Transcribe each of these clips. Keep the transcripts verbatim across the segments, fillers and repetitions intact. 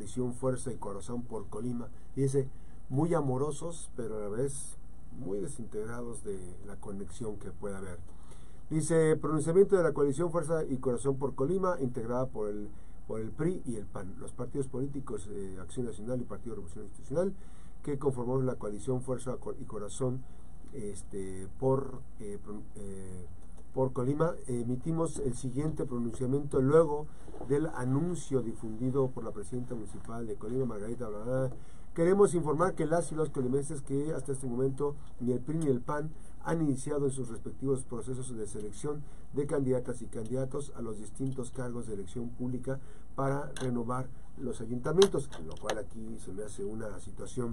coalición Fuerza y Corazón por Colima. Y dice, muy amorosos, pero a la vez muy desintegrados de la conexión que pueda haber. Dice, pronunciamiento de la coalición Fuerza y Corazón por Colima, integrada por el, por el P R I y el P A N, los partidos políticos eh, Acción Nacional y Partido de Revolución Institucional, que conformamos la coalición Fuerza y Corazón este, por, eh, eh, por Colima. Emitimos el siguiente pronunciamiento luego del anuncio difundido por la presidenta municipal de Colima, Margarita Blanada. Queremos informar que las y los colimenses que hasta este momento ni el P R I ni el P A N han iniciado en sus respectivos procesos de selección de candidatas y candidatos a los distintos cargos de elección pública para renovar los ayuntamientos, lo cual aquí se me hace una situación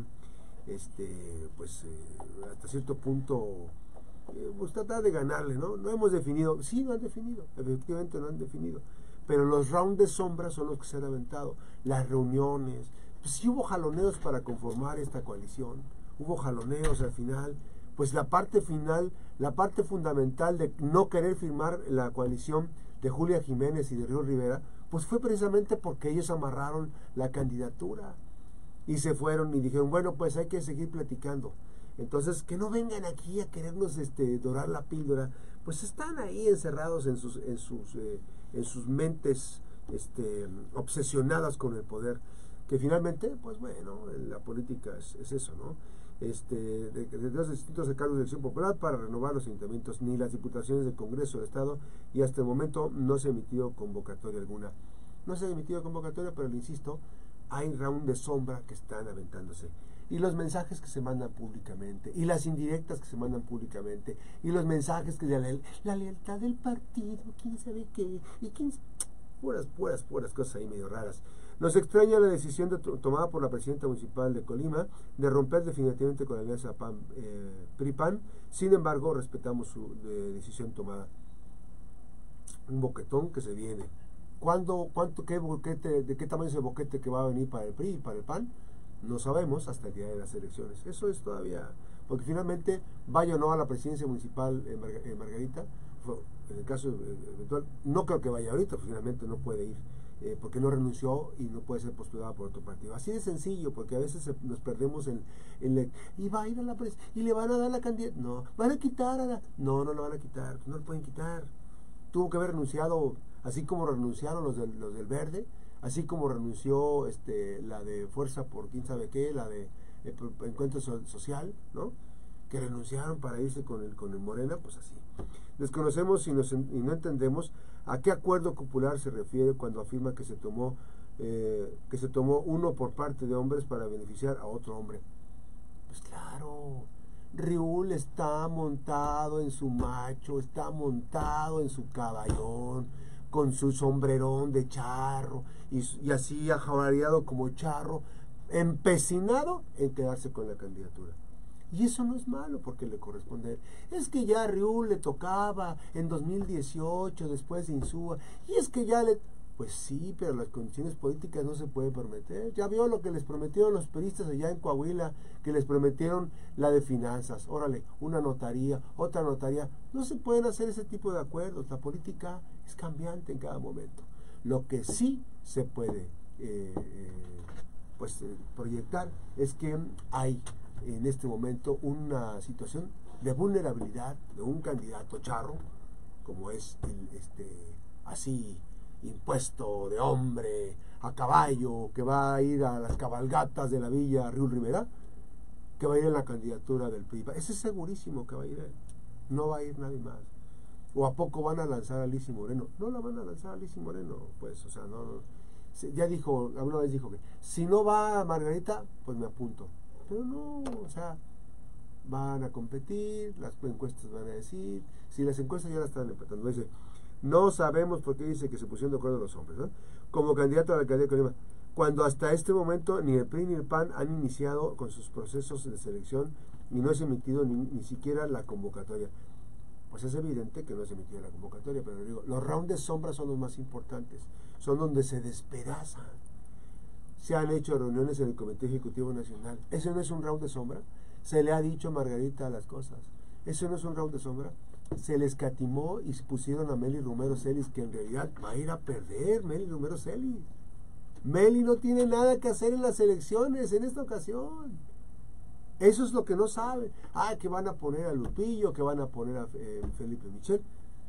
este pues eh, hasta cierto punto eh, pues tratar de ganarle, ¿no? No hemos definido, sí no han definido, efectivamente no han definido, pero los rounds de sombra son los que se han aventado, las reuniones, pues sí hubo jaloneos para conformar esta coalición, hubo jaloneos al final. Pues la parte final, la parte fundamental de no querer firmar la coalición de Julia Jiménez y de Río Rivera, pues fue precisamente porque ellos amarraron la candidatura y se fueron y dijeron, bueno, pues hay que seguir platicando. Entonces, que no vengan aquí a querernos este, dorar la píldora, pues están ahí encerrados en sus, en sus, eh, en sus mentes este, obsesionadas con el poder, que finalmente, pues bueno, la política es, es eso, ¿no? Este, de, de los distintos cargos de elección popular para renovar los ayuntamientos ni las diputaciones del Congreso del Estado, y hasta el momento no se ha emitido convocatoria alguna. No se ha emitido convocatoria, pero le insisto, hay round de sombra que están aventándose. Y los mensajes que se mandan públicamente, y las indirectas que se mandan públicamente, y los mensajes que de la, la lealtad del partido, quién sabe qué, y quién puras, puras, puras cosas ahí medio raras. Nos extraña la decisión de, tomada por la presidenta municipal de Colima de romper definitivamente con la alianza P A N, eh, P R I P A N. Sin embargo, respetamos su de, decisión tomada. Un boquetón que se viene. ¿Cuándo, cuánto, qué boquete, de qué tamaño es el boquete que va a venir para el P R I y para el P A N? No sabemos hasta el día de las elecciones. Eso es todavía, porque finalmente vaya o no a la presidencia municipal eh, Marga, eh, Margarita, fue, en el caso eh, eventual, no creo que vaya ahorita, finalmente no puede ir. Eh, porque no renunció y no puede ser postulada por otro partido. Así de sencillo, porque a veces se, nos perdemos en, en la, y va a ir a la pres y le van a dar la candidatura, no, van a quitar a la, no, no lo van a quitar, no lo pueden quitar. Tuvo que haber renunciado, así como renunciaron los del, los del Verde, así como renunció este la de Fuerza por quién sabe qué, la de eh, Encuentro Social, ¿no? Que renunciaron para irse con el, con el Morena, pues así. Desconocemos y, nos, y no entendemos a qué acuerdo popular se refiere cuando afirma que se tomó eh, que se tomó uno por parte de hombres para beneficiar a otro hombre. Pues claro, Riul está montado en su macho, está montado en su caballón, con su sombrerón de charro, y, y así ajabareado como charro, empecinado en quedarse con la candidatura. Y eso no es malo porque le corresponde a él. Es que ya a Riul le tocaba en dos mil dieciocho, después de Insúa, y es que ya le... Pues sí, pero las condiciones políticas no se pueden prometer. Ya vio lo que les prometieron los peristas allá en Coahuila, que les prometieron la de finanzas. Órale, una notaría, otra notaría. No se pueden hacer ese tipo de acuerdos. La política es cambiante en cada momento. Lo que sí se puede eh, eh, pues, eh, proyectar es que hay en este momento una situación de vulnerabilidad de un candidato charro, como es el este así impuesto de hombre a caballo, que va a ir a las cabalgatas de la Villa Río Rivera, que va a ir en la candidatura del P R I. Ese es segurísimo que va a ir él, no va a ir nadie más. ¿O a poco van a lanzar a Lizy Moreno? No la van a lanzar a Lizy Moreno, pues, o sea, no, no. Ya dijo, alguna vez dijo que si no va Margarita, pues me apunto. Pero no, o sea, van a competir, las encuestas van a decir, si las encuestas ya las están empatando, dice, no sabemos por qué dice que se pusieron de acuerdo los hombres, ¿no? Como candidato a la alcaldía de Colima, cuando hasta este momento ni el P R I ni el P A N han iniciado con sus procesos de selección y no se ha emitido ni, ni siquiera la convocatoria. Pues es evidente que no se ha emitido la convocatoria, pero digo, los rounds de sombra son los más importantes, son donde se despedazan. Se han hecho reuniones en el Comité Ejecutivo Nacional. ¿Eso no es un round de sombra? Se le ha dicho a Margarita las cosas. ¿Eso no es un round de sombra? Se les escatimó y pusieron a Mely Romero Celis, que en realidad va a ir a perder Mely Romero Celis. Meli no tiene nada que hacer en las elecciones en esta ocasión. Eso es lo que no sabe. Ah, que van a poner a Lupillo, que van a poner a eh, Felipe Michel.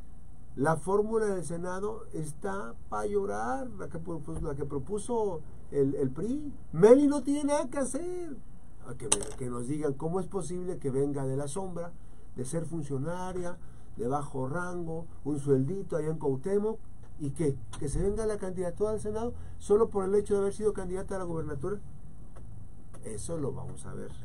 La fórmula del Senado está para llorar, la que, pues, la que propuso el, el P R I. Meli no tiene nada que hacer. A que, que nos digan cómo es posible que venga de la sombra, de ser funcionaria, de bajo rango, un sueldito allá en Cuauhtémoc, y que, que se venga la candidatura al Senado solo por el hecho de haber sido candidata a la gubernatura. Eso lo vamos a ver.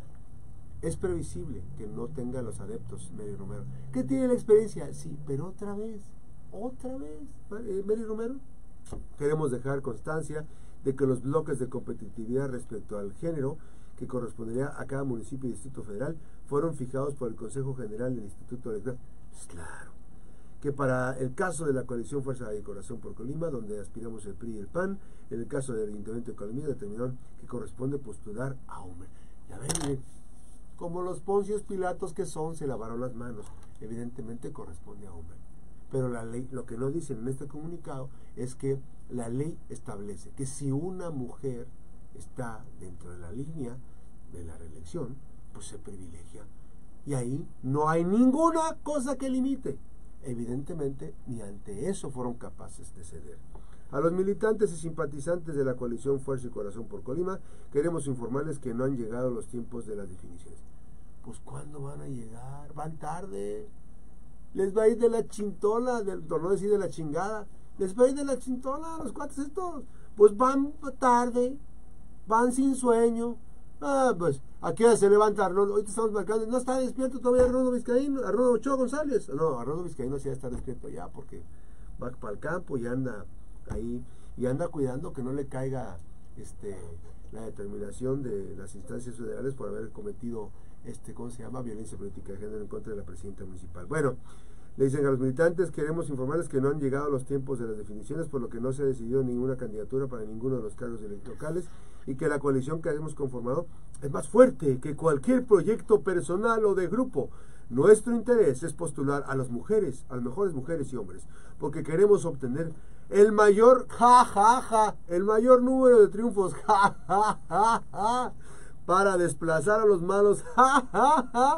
Es previsible que no tenga los adeptos Meli Romero. ¿Qué tiene la experiencia? Sí, pero otra vez, otra vez, eh, Meli Romero. Queremos dejar constancia de que los bloques de competitividad respecto al género que correspondería a cada municipio y distrito federal fueron fijados por el Consejo General del Instituto Electoral. Pues claro, que para el caso de la coalición Fuerza y Corazón por Colima, donde aspiramos el P R I y el P A N, en el caso del Ayuntamiento de Colima, determinaron que corresponde postular a hombre. Ya ven, miren, como los Poncios Pilatos que son, se lavaron las manos. Evidentemente corresponde a hombre. Pero la ley, lo que no dicen en este comunicado es que la ley establece que si una mujer está dentro de la línea de la reelección, pues se privilegia. Y ahí no hay ninguna cosa que limite. Evidentemente, ni ante eso fueron capaces de ceder. A los militantes y simpatizantes de la coalición Fuerza y Corazón por Colima, queremos informarles que no han llegado los tiempos de las definiciones. Pues ¿cuándo van a llegar? Van tarde. Les va a ir de la chintola, del, por no decir de la chingada. Les va a ir de la chintola a los cuates estos. Pues van tarde, van sin sueño. Ah, pues, ¿a qué hora se levanta Arnoldo? Ahorita estamos marcando, no está despierto todavía Arnoldo Vizcaíno, Arnoldo Ochoa González. No, Arnoldo Vizcaíno sí está despierto ya, porque va para el campo y anda ahí, y anda cuidando que no le caiga este la determinación de las instancias federales por haber cometido este, ¿cómo se llama? Violencia política de género en contra de la presidenta municipal. Bueno, le dicen a los militantes, queremos informarles que no han llegado los tiempos de las definiciones, por lo que no se ha decidido ninguna candidatura para ninguno de los cargos locales, y que la coalición que hemos conformado es más fuerte que cualquier proyecto personal o de grupo. Nuestro interés es postular a las mujeres, a las mejores mujeres y hombres, porque queremos obtener el mayor, ja, ja, ja, el mayor número de triunfos, ja, ja, ja, ja, para desplazar a los malos, ja, ja, ja.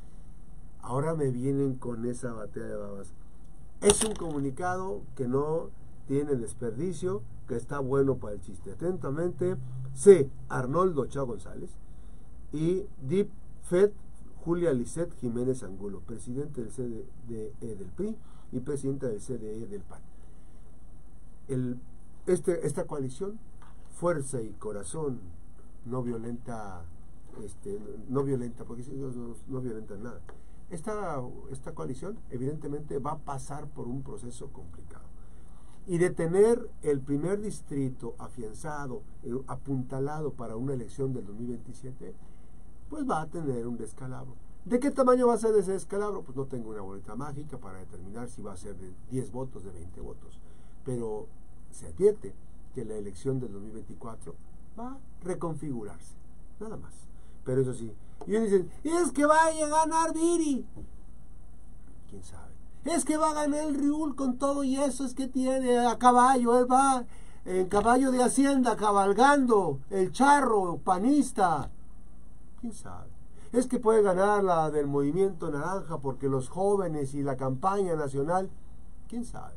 Ahora me vienen con esa batea de babas. Es un comunicado que no tiene desperdicio, que está bueno para el chiste. Atentamente, C. Arnoldo Ochoa González y Dip Fed Julia Lisset Jiménez Angulo, presidente del C D E del P R I y presidenta del C D E del P A N. El, este, esta coalición, Fuerza y Corazón, no violenta, este, no violenta, porque no, no, no violenta nada. Esta, esta coalición evidentemente va a pasar por un proceso complicado. Y de tener el primer distrito afianzado, eh, apuntalado para una elección del dos mil veintisiete, pues va a tener un descalabro. ¿De qué tamaño va a ser ese descalabro? Pues no tengo una boleta mágica para determinar si va a ser de diez votos, de veinte votos. Pero se advierte que la elección del dos mil veinticuatro va a reconfigurarse, nada más. Pero eso sí, y ellos dicen, es que vaya a ganar Viri. ¿Quién sabe? Es que va a ganar el Riul con todo y eso es que tiene a caballo, él va en caballo de hacienda cabalgando, el charro panista. ¿Quién sabe? Es que puede ganar la del Movimiento Naranja porque los jóvenes y la campaña nacional. ¿Quién sabe?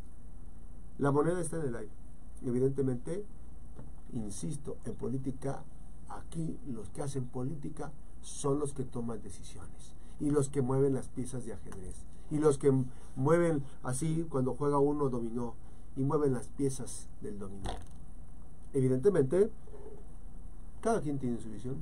La moneda está en el aire. Evidentemente, insisto, en política, aquí los que hacen política son los que toman decisiones y los que mueven las piezas de ajedrez y los que mueven así cuando juega uno dominó y mueven las piezas del dominó. Evidentemente, cada quien tiene su visión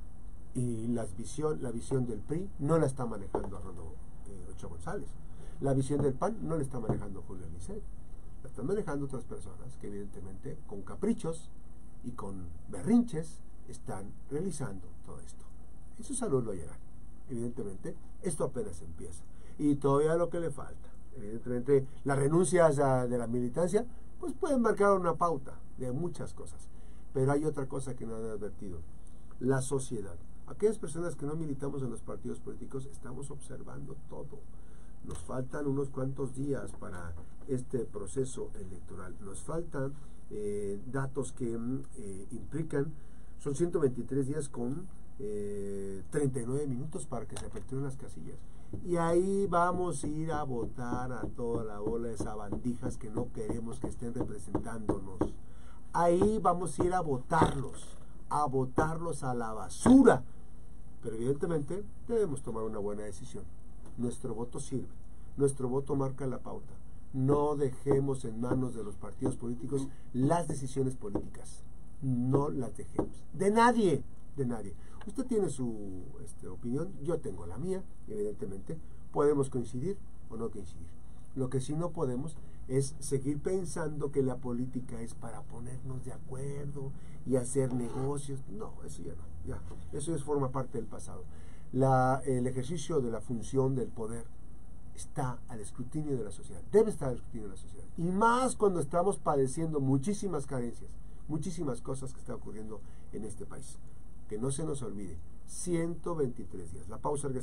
y las visión, la visión del P R I no la está manejando Arnoldo eh, Ochoa González. La visión del P A N no la está manejando Julio Lisset. La están manejando otras personas que evidentemente con caprichos y con berrinches están realizando todo esto. Eso salud lo llegará. Evidentemente, esto apenas empieza. Y todavía lo que le falta. Evidentemente, las renuncias a, de la militancia, pues pueden marcar una pauta de muchas cosas. Pero hay otra cosa que no han advertido. La sociedad. Aquellas personas que no militamos en los partidos políticos, estamos observando todo. Nos faltan unos cuantos días para este proceso electoral. Nos faltan eh, datos que eh, implican, son ciento veintitrés días con eh, treinta y nueve minutos para que se aperturen las casillas. Y ahí vamos a ir a votar a toda la bola de sabandijas que no queremos que estén representándonos. Ahí vamos a ir a votarlos, a votarlos a la basura. Pero evidentemente debemos tomar una buena decisión. Nuestro voto sirve, nuestro voto marca la pauta. No dejemos en manos de los partidos políticos las decisiones políticas. No las dejemos. De nadie, de nadie. Usted tiene su este, opinión, yo tengo la mía, evidentemente. Podemos coincidir o no coincidir. Lo que sí no podemos es seguir pensando que la política es para ponernos de acuerdo y hacer negocios. No, eso ya no. Ya, eso es, forma parte del pasado. La, el ejercicio de la función del poder está al escrutinio de la sociedad, debe estar al escrutinio de la sociedad, y más cuando estamos padeciendo muchísimas carencias, muchísimas cosas que están ocurriendo en este país. Que no se nos olvide, ciento veintitrés días. La pausa.